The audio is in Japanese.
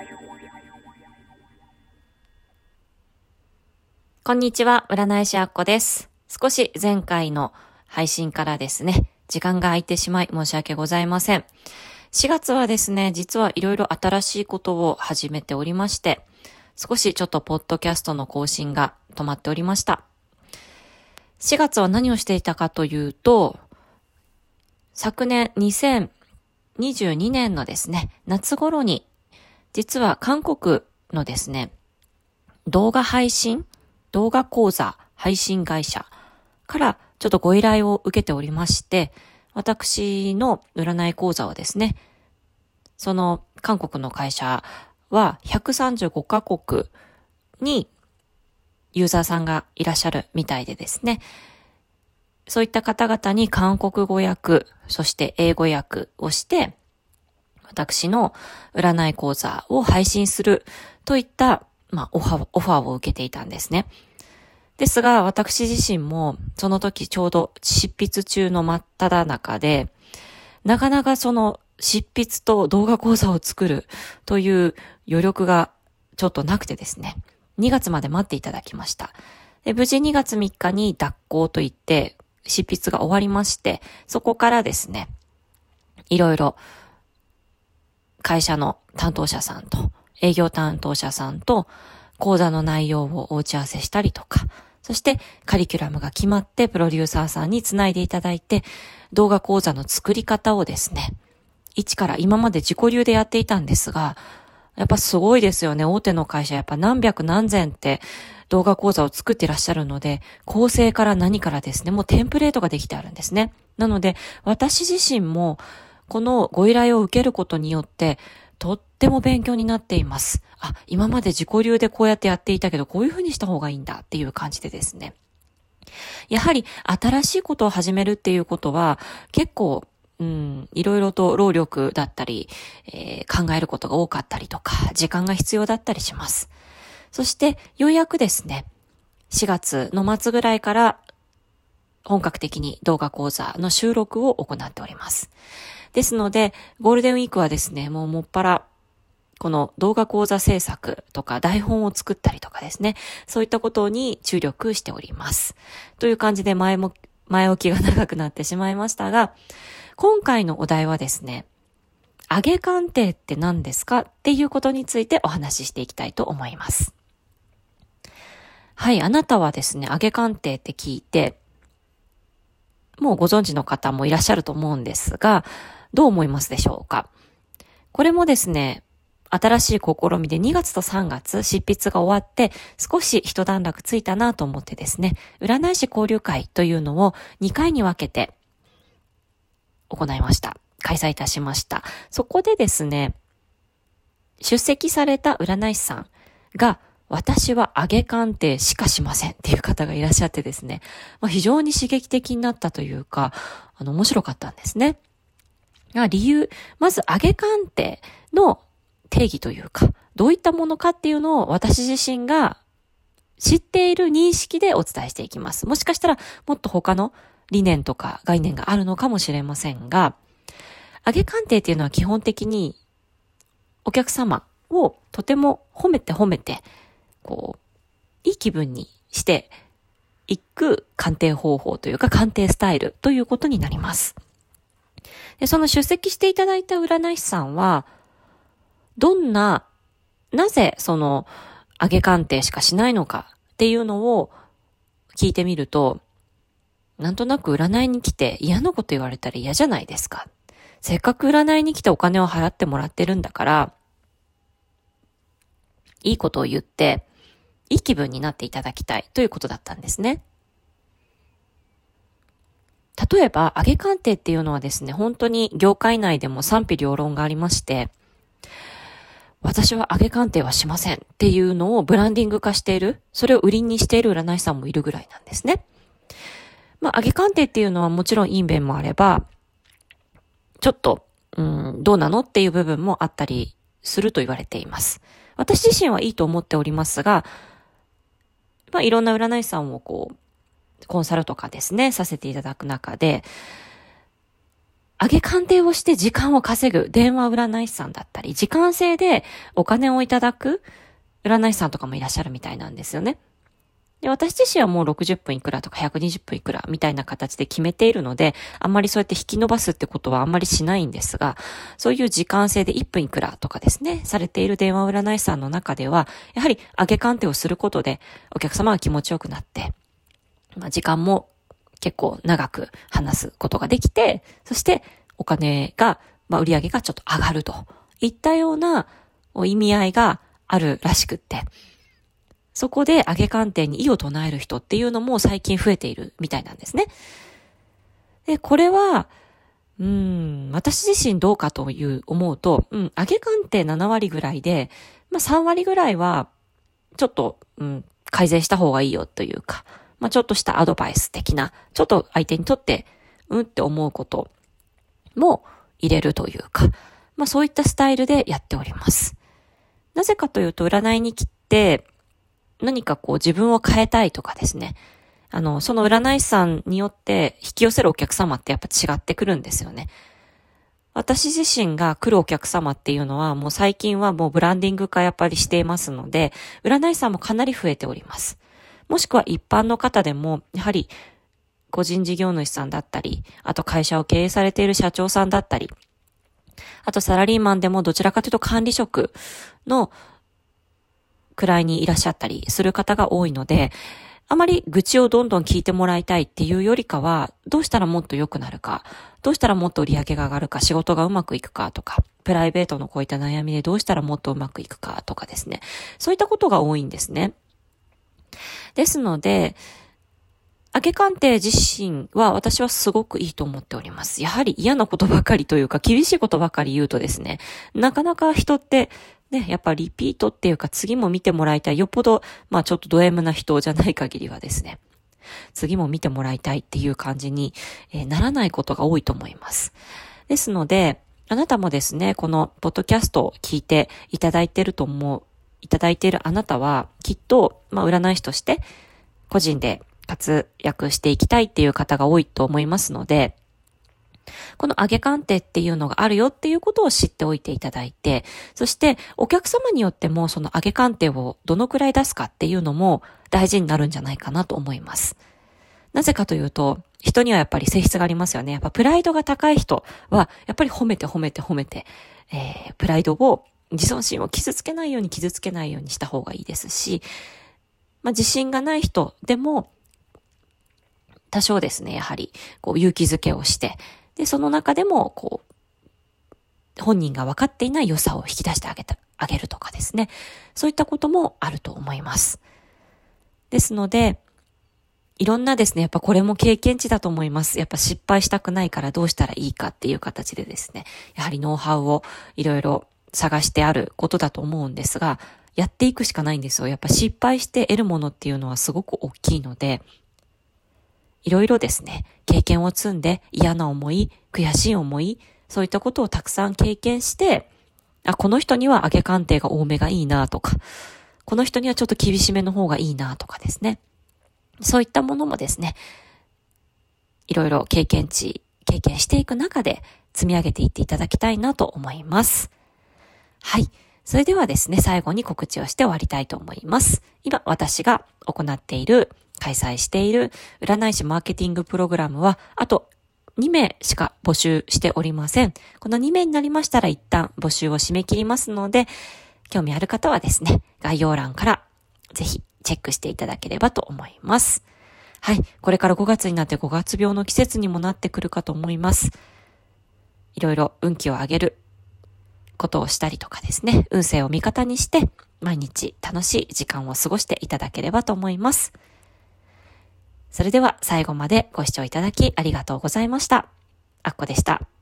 こんにちは、占い師あっこです。少し前回の配信からですね、時間が空いてしまい申し訳ございません。4月はですね、実はいろいろ新しいことを始めておりまして、少しちょっとポッドキャストの更新が止まっておりました。4月は何をしていたかというと、昨年2022年のですね、夏頃に、実は韓国のですね、動画講座配信会社からちょっとご依頼を受けておりまして、私の占い講座をですね、その韓国の会社は135カ国にユーザーさんがいらっしゃるみたいでですね、そういった方々に韓国語訳、そして英語訳をして、私の占い講座を配信するといったオファーを受けていたんですね。ですが、私自身もその時ちょうど執筆中の真っ只中で、なかなかその執筆と動画講座を作るという余力がちょっとなくてですね、2月まで待っていただきました。で、無事2月3日に脱稿といって執筆が終わりまして、そこからですね、いろいろ会社の担当者さんと営業担当者さんと講座の内容をお打ち合わせしたりとか、そしてカリキュラムが決まってプロデューサーさんにつないでいただいて、動画講座の作り方をですね、一から今まで自己流でやっていたんですが、やっぱすごいですよね。大手の会社やっぱ何百何千って動画講座を作っていらっしゃるので、構成から何からですね、もうテンプレートができてあるんですね。なので、私自身もこのご依頼を受けることによって、とっても勉強になっています。今まで自己流でこうやってやっていたけど、こういう風にした方がいいんだっていう感じでですね。やはり新しいことを始めるっていうことは、結構、いろいろと労力だったり、考えることが多かったりとか、時間が必要だったりします。そして、ようやくですね、4月の末ぐらいから本格的に動画講座の収録を行っております。ですので、ゴールデンウィークはですね、もっぱら、この動画講座制作とか台本を作ったりとかですね、そういったことに注力しております。という感じで前置きが長くなってしまいましたが、今回のお題はですね、上げ鑑定って何ですかっていうことについてお話ししていきたいと思います。はい、あなたはですね、上げ鑑定って聞いて、もうご存知の方もいらっしゃると思うんですが、どう思いますでしょうか？これもですね、新しい試みで2月と3月執筆が終わって少し一段落ついたなと思ってですね、占い師交流会というのを2回に分けて行いました。開催いたしました。そこでですね、出席された占い師さんが私は上げ鑑定しかしませんっていう方がいらっしゃってですね、非常に刺激的になったというか、面白かったんですね。理由、まず上げ鑑定の定義というか、どういったものかっていうのを私自身が知っている認識でお伝えしていきます。もしかしたらもっと他の理念とか概念があるのかもしれませんが、上げ鑑定っていうのは基本的にお客様をとても褒めて、いい気分にしていく鑑定方法というか鑑定スタイルということになります。で、その出席していただいた占い師さんは、なぜその上げ鑑定しかしないのかっていうのを聞いてみると、なんとなく占いに来て嫌なこと言われたら嫌じゃないですか。せっかく占いに来てお金を払ってもらってるんだから、いいことを言って、いい気分になっていただきたいということだったんですね。例えば、上げ鑑定っていうのはですね、本当に業界内でも賛否両論がありまして、私は上げ鑑定はしませんっていうのをブランディング化している、それを売りにしている占い師さんもいるぐらいなんですね。上げ鑑定っていうのはもちろんいい面もあれば、ちょっと、どうなのっていう部分もあったりすると言われています。私自身はいいと思っておりますが、いろんな占い師さんをコンサルとかですね、させていただく中で、 上げ鑑定をして時間を稼ぐ電話占い師さんだったり、時間制でお金をいただく占い師さんとかもいらっしゃるみたいなんですよね。で、私自身はもう60分いくらとか120分いくらみたいな形で決めているので、あんまりそうやって引き伸ばすってことはあんまりしないんですが、そういう時間制で1分いくらとかですね、されている電話占い師さんの中では、やはり上げ鑑定をすることでお客様が気持ちよくなって、時間も結構長く話すことができて、そしてお金が、売り上げがちょっと上がるといったような意味合いがあるらしくって、そこで上げ鑑定に異を唱える人っていうのも最近増えているみたいなんですね。で、これは、私自身どうかと思うと、上げ鑑定7割ぐらいで、3割ぐらいは、ちょっと、改善した方がいいよというか、ちょっとしたアドバイス的な、ちょっと相手にとって、って思うことも入れるというか、そういったスタイルでやっております。なぜかというと、占いに来て、何か自分を変えたいとかですね。その占い師さんによって引き寄せるお客様ってやっぱ違ってくるんですよね。私自身が来るお客様っていうのはもう最近はもうブランディング化やっぱりしていますので、占い師さんもかなり増えております。もしくは一般の方でも、やはり個人事業主さんだったり、あと会社を経営されている社長さんだったり、あとサラリーマンでもどちらかというと管理職の位にいらっしゃったりする方が多いので、あまり愚痴をどんどん聞いてもらいたいっていうよりかは、どうしたらもっと良くなるか、どうしたらもっと売り上げが上がるか、仕事がうまくいくかとか、プライベートのこういった悩みでどうしたらもっとうまくいくかとかですね。そういったことが多いんですね。ですので、上げ鑑定自身は私はすごくいいと思っております。やはり嫌なことばかりというか、厳しいことばかり言うとですね、なかなか人ってね、やっぱリピートっていうか次も見てもらいたい。よっぽど、ちょっとド M な人じゃない限りはですね、次も見てもらいたいっていう感じに、ならないことが多いと思います。ですので、あなたもですね、このポッドキャストを聞いていただいているあなたは、きっと、占い師として個人で活躍していきたいっていう方が多いと思いますので、この上げ鑑定っていうのがあるよっていうことを知っておいていただいて、そしてお客様によってもその上げ鑑定をどのくらい出すかっていうのも大事になるんじゃないかなと思います。なぜかというと、人にはやっぱり性質がありますよね。やっぱプライドが高い人は、やっぱり褒めて、プライドを、自尊心を傷つけないようにした方がいいですし、自信がない人でも、多少ですね、やはり、勇気づけをして、で、その中でも、本人が分かっていない良さを引き出してあげるとかですね。そういったこともあると思います。ですので、いろんなですね、やっぱこれも経験値だと思います。やっぱ失敗したくないからどうしたらいいかっていう形でですね、やはりノウハウをいろいろ探してあることだと思うんですが、やっていくしかないんですよ。やっぱ失敗して得るものっていうのはすごく大きいので、いろいろですね、経験を積んで嫌な思い、悔しい思い、そういったことをたくさん経験して、この人には上げ鑑定が多めがいいなとか、この人にはちょっと厳しめの方がいいなとかですね。そういったものもですね、いろいろ経験していく中で積み上げていっていただきたいなと思います。はい。それではですね、最後に告知をして終わりたいと思います。今、私が開催している占い師マーケティングプログラムは、あと2名しか募集しておりません。この2名になりましたら一旦募集を締め切りますので、興味ある方はですね、概要欄からぜひチェックしていただければと思います。はい。これから5月になって5月病の季節にもなってくるかと思います。いろいろ運気を上げることをしたりとかですね、運勢を味方にして毎日楽しい時間を過ごしていただければと思います。それでは最後までご視聴いただきありがとうございました。あっこでした。